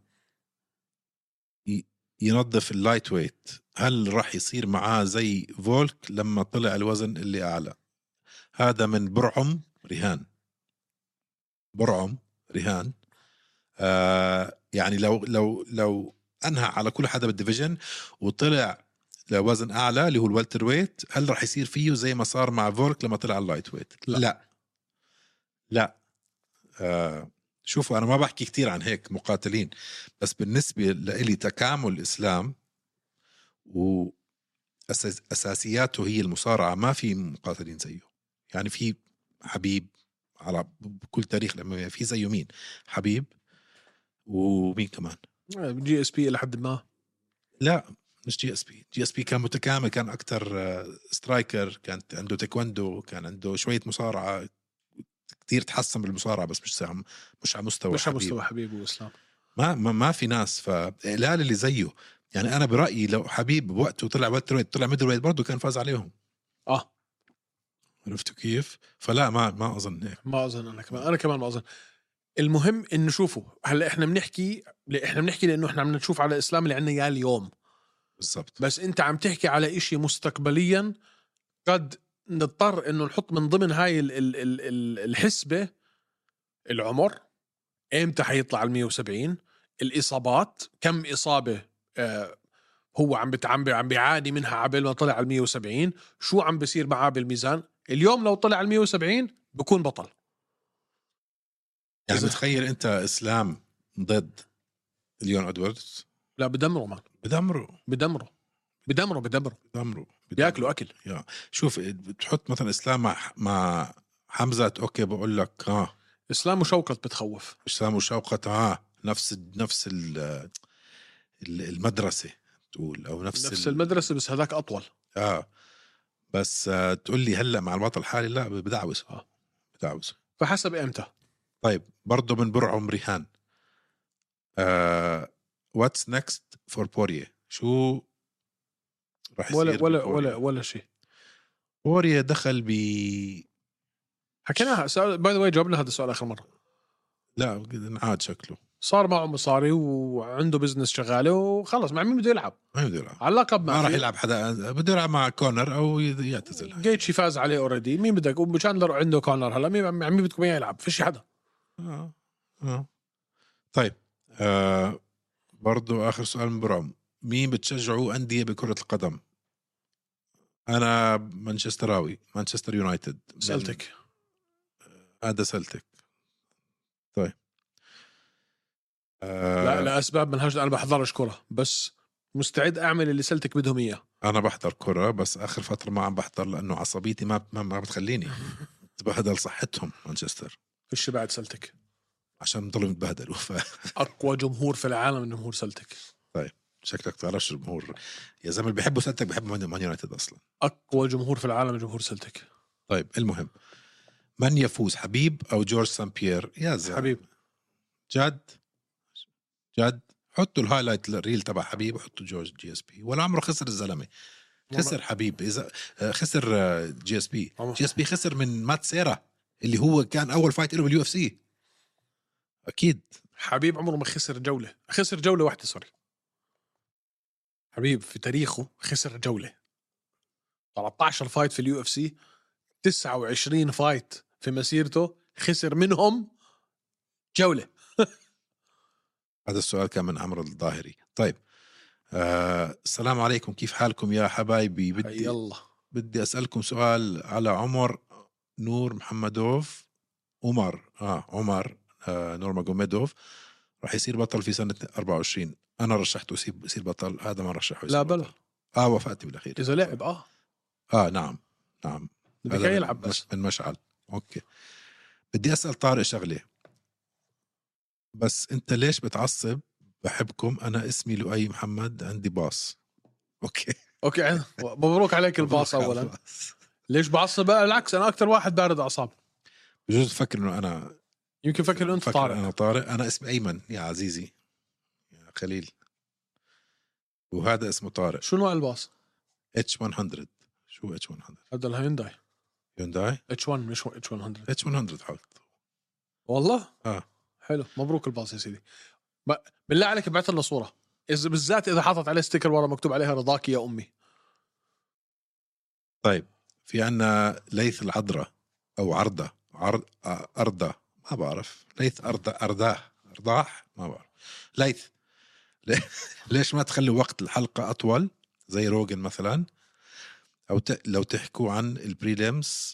ينظف اللايت ويت، هل راح يصير معاه زي فولك لما طلع الوزن اللي أعلى؟ هذا من برعم رهان. يعني لو أنهى على كل حدا بالديفيجن وطلع لوزن أعلى اللي هو الوالتر ويت، هل راح يصير فيه زي ما صار مع فولك لما طلع اللايت ويت؟ لا. شوفوا أنا ما بحكي كتير عن هيك مقاتلين، بس بالنسبة لإلي تكامل الإسلام وأساسياته هي المصارعة، ما في مقاتلين زيه. يعني في حبيب على بكل تاريخ لما في زيه مين؟ حبيب، ومين كمان؟ GSP إلى حد ما. لا مش GSP كان متكامل، كان أكتر سترايكر، كانت عنده تايكوندو، كان عنده شوية مصارعة، كتير تحسن بالمصارعة، بس مش على مستوى حبيب وإسلام. ما في ناس. فإعلال اللي زيه، يعني أنا برأيي لو حبيب بوقته طلع والترويت طلع ميدل ويت برضه كان فاز عليهم. عرفتوا كيف؟ فلا ما أظن هيك. ما أظن أنا كمان ما أظن. المهم إنه شوفوا هلا إحنا بنحكي لأنه إحنا عم نشوف على الإسلام اللي عنا إياه اليوم بالضبط. بس أنت عم تحكي على إشي مستقبليا قد نضطر إنه نحط من ضمن هاي الحسبة العمر، إمتى حيطلع 170، الإصابات، كم إصابة هو عم بيعاني منها عبل ما طلع على 170، شو عم بيصير معاه بالميزان. اليوم لو طلع على 170 بكون بطل. يعني بتخيل انت اسلام ضد ليون ادواردز؟ لا بدمره مان، بدمره بياكلوا اكل. شوف بتحط مثلا اسلام مع حمزة، اوكي بقول لك اسلام وشوقت بتخوف. اسلام وشوقت نفس المدرسة تقول، او نفس المدرسة، بس هذاك اطول. بس تقول لي هلا مع الوضع الحالي لا بدعوس. فحسب امتى. طيب برضو من برعم ريهان، what's next for بوريه؟ شو راح يصير؟ ولا شيء. بوريه دخل حكيناها باي ذا واي، جاوبنا هذا السؤال اخر مره. لا انعاد شكله، صار معه مصاري وعنده بزنس شغاله وخلص. مع مين بده يلعب؟ على اللقب ما راح يلعب حدا، بده يلعب مع كونر او يعتزل. جيتشي فاز عليه اوريدي، مين بدك؟ وشاندلر عنده كونر هلا، مين بدكم اياه يلعب؟ فيش حدا. طيب برضو اخر سؤال من برعم، مين بتشجعوا أندية بكرة القدم؟ انا مانشستر سلتك. هذا سلتك. طيب لا لاسباب منهاج، انا بحضرش كره بس مستعد اعمل اللي سلتك بدهم اياه. انا بحضر كرة بس اخر فترة ما عم بحضر لانه عصبيتي ما بتخليني. تبهدل صحتهم مانشستر فيش بعد سلتك. عشان بضلوا يتبهدلوا اقوى جمهور في العالم جمهور سلتك. طيب شكلك تعرفش الجمهور يا زلمه اللي بيحبوا سلتك بيحبوا مان يونايتد اصلا. اقوى جمهور في العالم جمهور سلتك. طيب المهم، من يفوز حبيب او جورج سان بيير؟ يا زلمه حبيب. جد حطوا الهايلايت الريل تبع حبيب وحطوا جورج جي اس بي. ولا عمره خسر الزلمه. خسر حبيب اذا خسر جي اس بي. جي اس بي خسر من مات سيرا اللي هو كان اول فايت له باليو اف سي. اكيد حبيب عمره ما خسر جوله، خسر جوله واحده سوري. حبيب في تاريخه خسر جوله. 13 فايت في اليو اف سي، 29 فايت في مسيرته خسر منهم جوله. هذا السؤال كان من عمرو الظاهري. طيب السلام عليكم، كيف حالكم يا حبايبي؟ بدي أسألكم سؤال على عمر نور محمدوف. عمر نور ماجوميدوف راح يصير بطل في سنة 24. أنا رشحته يصير بطل، هذا ما رشحه يصير لا بطل. بلا وفاتي بالأخير إذا لعب نعم بدك يلعب بس من مشعل. أوكي بدي أسأل طارق شغلة، بس أنت ليش بتعصب؟ بحبكم، أنا اسمي لؤي محمد، عندي باص. أوكي مبروك عليك الباص أولا. ليش بعصب؟ بالعكس أنا أكتر واحد بارد أعصاب. بجوز تفكر إنه أنا، يمكن فكر إنه أنت طارق. أنا طارق. أنا اسمي أيمن يا عزيزي يا خليل، وهذا اسمه طارق. شو نوع الباص؟ H100. شو H100؟ هذا الهيونداي H1 مش H100. H100 حط والله حلو. مبروك الباص يا سيدي. بالله عليك ابعث لنا صورة، إذا بالذات إذا حطت عليه ستيكر ورا مكتوب عليها رضاك يا أمي. طيب في عنا ليث العذراء أو أرضة ما بعرف. ليث أرضاح ما بعرف. ليث ليش ما تخلي وقت الحلقة أطول زي روجن مثلا، أو لو تحكوا عن البريليمز.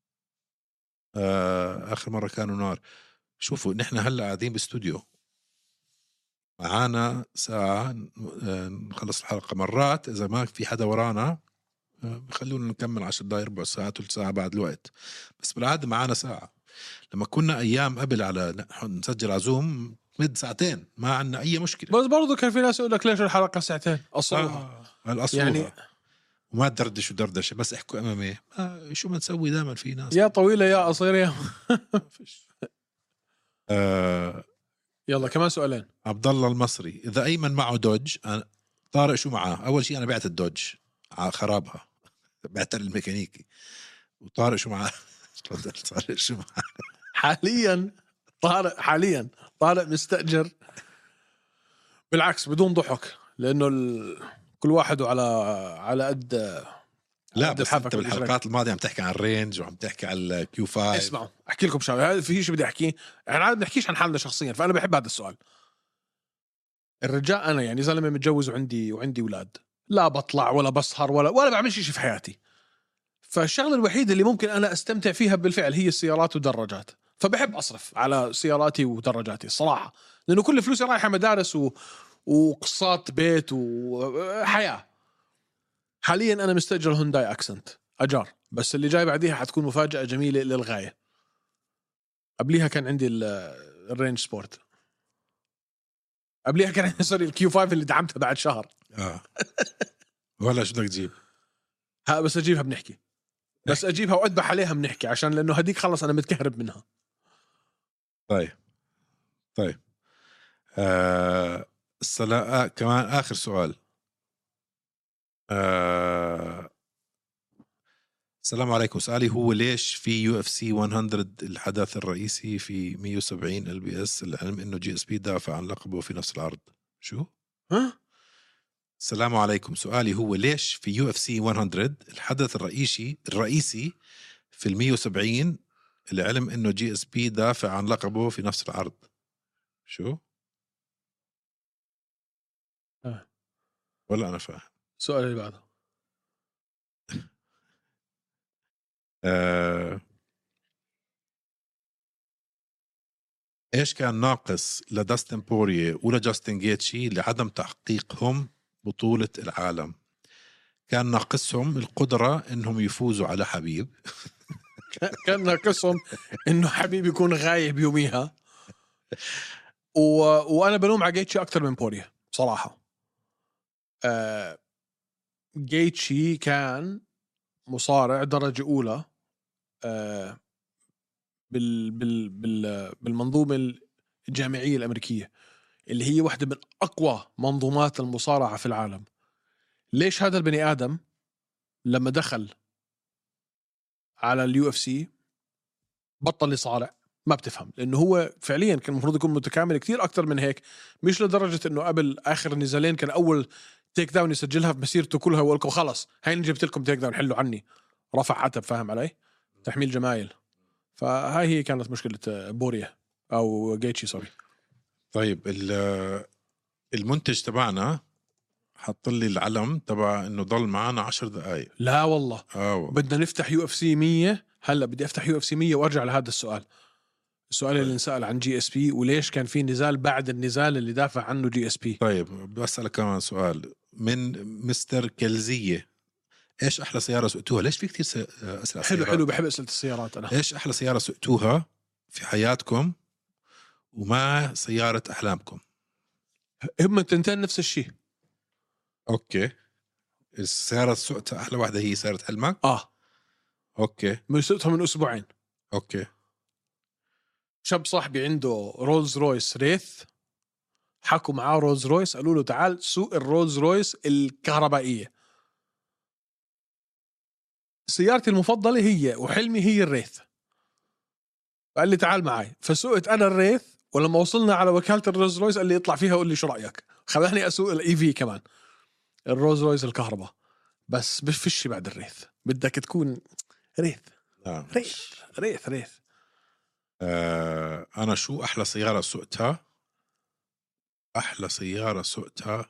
آخر مرة كانوا نار. شوفوا نحن هلأ قاعدين باستوديو، معانا ساعة نخلص الحلقة. مرات إذا ما في حدا ورانا بخلونا نكمل 10 دقايق ربع ساعة ثلث ساعة بعد الوقت، بس بالعادة معانا ساعة. لما كنا أيام قبل على نسجل عزوم مد ساعتين ما عنا أي مشكلة. بس برضو كان في ناس يقول لك ليش الحلقة ساعتين أصلها يعني وما تدردش ودردشة، بس احكوا أمامي شو ما نسوي. دائما في ناس يا طويلة يا قصيرة يا يلا كمان سؤالين. عبد الله المصري، إذا أيمن معه دوج طارق شو معاه؟ أول شيء أنا بعت الدوج خرابها بعت الميكانيكي. وطارق شو معاه؟ طارق شو معاه؟ حاليا طارق مستأجر. بالعكس بدون ضحك، لأنه كل واحد على قد. لا بس انت بالحلقات الماضيه عم تحكي عن الرينج وعم تحكي عن الكيو 5. اسمعوا احكي لكم شغله، هذا في شيء بدي احكيه. احنا عاد بنحكيش عن حالنا شخصيا، فانا بحب هذا السؤال. الرجاء انا يعني زلمه متجوز وعندي اولاد، لا بطلع ولا بسهر ولا بعمل شيء في حياتي. فالشغله الوحيده اللي ممكن انا استمتع فيها بالفعل هي السيارات والدراجات. فبحب اصرف على سياراتي ودراجاتي الصراحه، لانه كل فلوسي رايحه مدارس وقصات بيت وحياه. حاليا انا مستاجر هونداي اكسنت اجار، بس اللي جاي بعديها حتكون مفاجاه جميله للغايه. قبليها كان عندي الرينج سبورت، قبليها كان عندي سوري الكيو 5 اللي دعمتها بعد شهر. ولا شو بدك تجيب؟ بس اجيبها بنحكي، بس اجيبها واذبح عليها بنحكي، عشان لانه هديك خلص انا متكهرب منها. طيب كمان آخر سؤال. السلام عليكم، سؤالي هو ليش في يو اف سي 100 الحدث الرئيسي في 170 LBS، العلم انه جي اس بي دافع عن لقبه في نفس العرض؟ شو؟ السلام عليكم، سؤالي هو ليش في يو اف سي 100 الحدث الرئيسي في 170 العلم انه جي اس بي دافع عن لقبه في نفس العرض؟ شو؟ ولا انا فاهم؟ السؤال اللي بعده. ايش كان ناقص لداستن بوريه ولا جاستن جيتشي لعدم تحقيقهم بطولة العالم؟ كان ناقصهم القدرة انهم يفوزوا على حبيب. كان ناقصهم انه حبيب يكون غايب يوميها. وانا بلوم على جيتشي اكثر من بوريا بصراحه. جيتشي كان مصارع درجه اولى بالمنظومه الجامعيه الامريكيه اللي هي واحده من اقوى منظومات المصارعه في العالم. ليش هذا البني ادم لما دخل على اليو اف سي بطل يصارع؟ ما بتفهم، لانه هو فعليا كان المفروض يكون متكامل كتير اكتر من هيك. مش لدرجه انه قبل اخر النزالين كان اول تيك داون يسجلها في مسيرته كلها وقال لكم خلص هاي جبت لكم تيك داون حلوا عني، رفع عتب، فاهم علي؟ تحميل جمايل. فهاي هي كانت مشكله بوريا او جيتشي سوري. طيب المنتج تبعنا حط لي العلم تبع انه ضل معنا 10 دقائق. لا والله والله. بدنا نفتح يو اف سي 100. هلا بدي افتح يو اف سي 100 وارجع لهذا السؤال اللي انسأل عن جي اس بي وليش كان في نزال بعد النزال اللي دافع عنه جي اس بي. طيب بسألك كمان سؤال من مستر كلزية. ايش احلى سيارة سقتوها؟ ليش في كتير اسئلة حلو سيارات. حلو بحب اسئله السيارات انا. ايش احلى سيارة سقتوها في حياتكم وما سيارة احلامكم؟ هم التنتين نفس الشيء. اوكي. السيارة سقتها احلى واحدة هي سيارة حلمك؟ اوكي. من سقتها من اسبوعين. اوكي. شاب صاحبي عنده رولز رويس ريث، حكوا معاه رولز رويس قالوا له تعال سوق الرولز رويس الكهربائية. سيارتي المفضلة هي وحلمي هي الريث. قال لي تعال معي، فسوقت أنا الريث، ولما وصلنا على وكالة الرولز رويس قال لي اطلع فيها قول لي شو رأيك. خلاني أسوق الإي في كمان، الرولز رويس الكهرباء. بس فيش بعد الريث، بدك تكون ريث. ريث. أنا شو أحلى سيارة سقتها؟ أحلى سيارة سقتها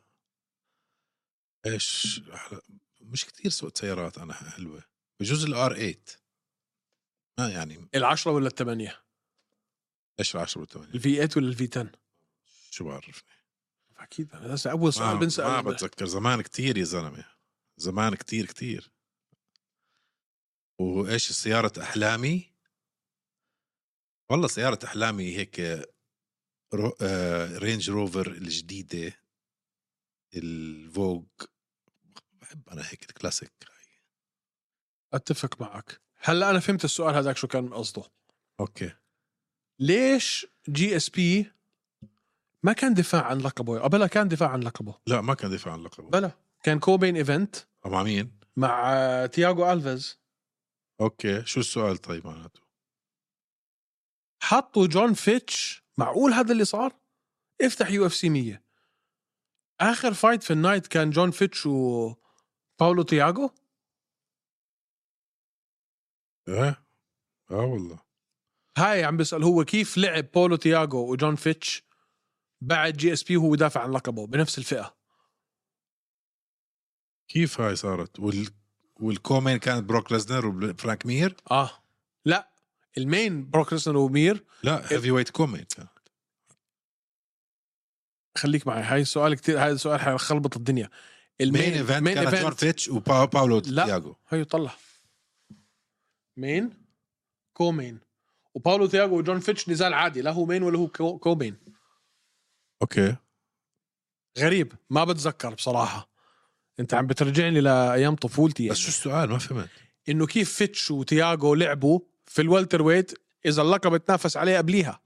إيش أحلى؟ مش كتير سقت سيارات أنا حلوة، بجوز الار 8. يعني 10 ولا 8؟ إيش 10 و8؟ الفي 8 ولا الفي 10؟ شو بعرفني. أكيد هذا أول سؤال بنسأل. ما بتذكر، زمان كتير يا زلمة، زمان كتير. وإيش السيارة أحلامي؟ والله سيارة أحلامي هيك رينج روفر الجديدة الفوغ. بحب أنا هيك الكلاسيك. أتفق معك. هلا أنا فهمت السؤال هذاك شو كان قصده. أوكي. ليش جي اس بي ما كان دفاع عن لقبه؟ بلا كان دفاع عن لقبه. لا ما كان دفاع عن لقبه. بلا كان كوبين ايفنت. مع مين؟ مع تياغو ألفيز. اوكي شو السؤال طيب معناته؟ حطوا جون فيتش. معقول هذا اللي صار؟ افتح يو اف سي 100. اخر فايت في النايت كان جون فيتش وباولو تياغو. والله. هاي عم بسأل هو كيف لعب باولو تياغو وجون فيتش بعد جي اس بي وهو دافع عن لقبه بنفس الفئة. كيف هاي صارت؟ والكومين كانت بروك ليزنر وفرانك مير. لا المين بروك ليزنر ومير. لا هيفي ويت كومين. خليك معي، هاي السؤال كتير، هاي السؤال حيخلبط الدنيا. المين ايفنت كانت جون فيتش وباولو تياغو. هيو طلع مين كومين وباولو تياغو وجون فيتش نزال عادي، لا هو مين ولا هو كومين. اوكي غريب ما بتذكر بصراحة. انت عم بترجعني لأيام طفولتي بس يعني. شو السؤال ما فهمت. انه كيف فيتش وتياغو لعبوا في الوالتر ويت اذا اللقب تنافس عليه قبليها.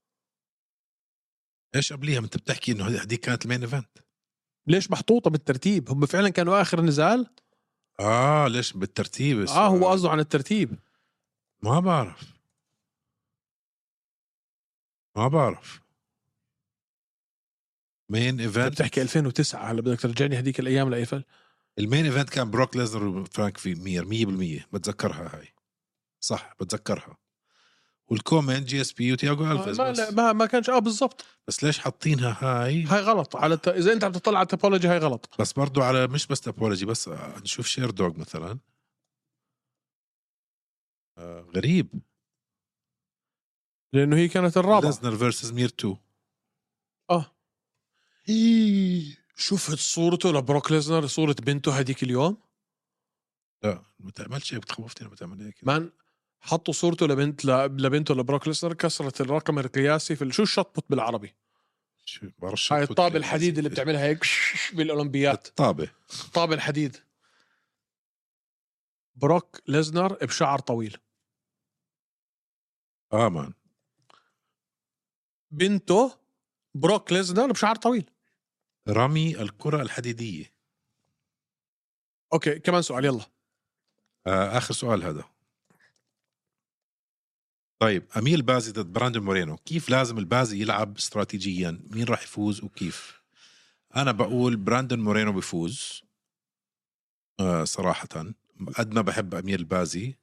ايش قبليها؟ انت بتحكي انه هذيك كانت المين ايفنت. ليش محطوطة بالترتيب؟ هم فعلا كانوا آخر نزال. ليش بالترتيب؟ هو قصده عن الترتيب. ما بعرف. مين ايفنت بتحكي 2009. هلا بدك ترجعني هديك الايام لايفل. المين ايفنت كان بروك ليزنر وفرانك في مير 100% بتذكرها هاي صح بتذكرها. والكومنت جي اس بي وتياغو ألفيز. ما كانش بالضبط. بس ليش حاطينها هاي غلط على اذا انت عم تطلع على التوبولوجي هاي غلط. بس برضو على مش بس توبولوجي بس نشوف شير دوغ مثلا. غريب. لانه هي كانت الرابعه. ليزنر فيرسز مير 2. شفت صورته لبروك ليزنر، صورة بنته هديك اليوم؟ لا ما تعملش هيك، بتخوفتني لما تعمل هيك. مان حطوا صورته لبنته لبروك ليزنر، كسرت الرقم القياسي في شو الشطبط بالعربي؟ هاي الطابة الحديد اللي بتعملها هيك بالأولمبيات، طابة الحديد. بروك ليزنر بشعر طويل. مان بنته بروك ليزنر بشعر طويل. رمي الكرة الحديدية. اوكي كمان سؤال يلا. آخر سؤال هذا. طيب أمير البازي ضد براندون مورينو، كيف لازم البازي يلعب استراتيجيا؟ مين راح يفوز وكيف؟ أنا بقول براندون مورينو بيفوز صراحة. قد ما بحب أمير البازي،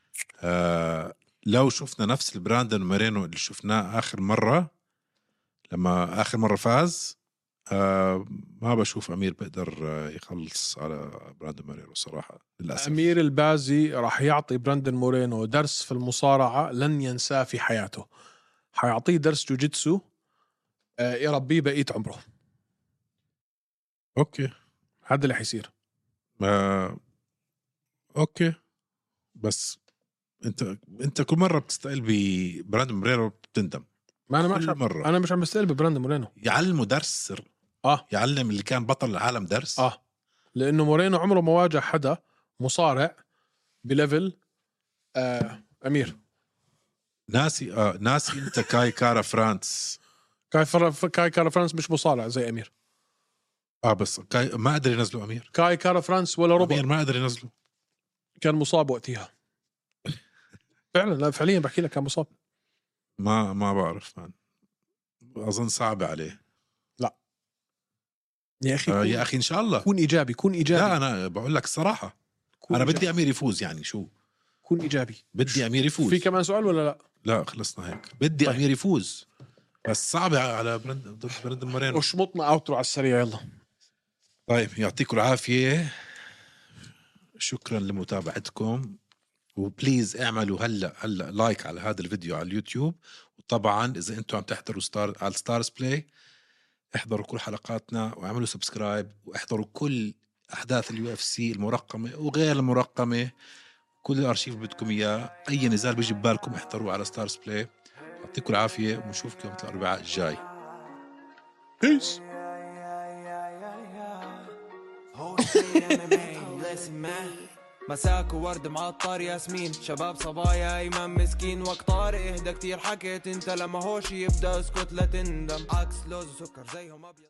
لو شفنا نفس البراندون مورينو اللي شفناه آخر مرة، لما آخر مرة فاز، ما بشوف أمير بقدر يخلص على براندون مورينو صراحة للأسف. أمير البازي راح يعطي براندون مورينو درس في المصارعة لن ينساه في حياته. حيعطيه درس جوجيتسو يربيه بقية عمره. أوكي هذا اللي حيصير. أوكي بس أنت كل مرة بتستقل ببراندون مورينو بتندم. ما أنا مش عم بستقل ببراندون مورينو. يعلمه درس. يعلم اللي كان بطل العالم درس. لأنه مورينو عمره ما واجه حدا مصارع بليفل أمير. ناسي أنت كاي كارا فرانس. كاي كارا فرانس مش مصارع زي أمير. بس كاي ما قدر ينزلوا أمير. كاي كارا فرانس ولا ربع أمير ما قدر ينزله، كان مصاب وقتها. فعلا لا فعليا بحكي لك كان مصاب. ما بعرف مان. أظن صعب عليه. لا يا أخي يا أخي إن شاء الله كون إيجابي. لا أنا بقول لك الصراحة أنا بدي أمير يفوز. يعني شو كون إيجابي. بدي أمير يفوز. في كمان سؤال ولا لا خلصنا هيك. بدي طيب. أمير يفوز بس صعب على براندون مورينو. وشمطنا أوترو على السريع يلا. طيب يعطيكم العافية، شكرا لمتابعتكم، وبليز اعملوا هلا لايك على هذا الفيديو على اليوتيوب. وطبعا اذا انتم عم تحضروا على ستارز بلاي، احضروا كل حلقاتنا واعملوا سبسكرايب واحضروا كل احداث اليو اف سي المرقمه وغير المرقمه، كل الارشيف اللي بدكم اياه. اي نزال بيجي ببالكم احضروه على ستارز بلاي. يعطيكم العافيه ونشوفكم يوم الاربعاء الجاي. بيس. مساك وورد معطر ياسمين، شباب صبايا ايمن مسكين، وقت طارق اهدى كتير حكيت انت، لما هوش يبدا اسكت لا تندم، عكس لوز وسكر زيهم ابيض.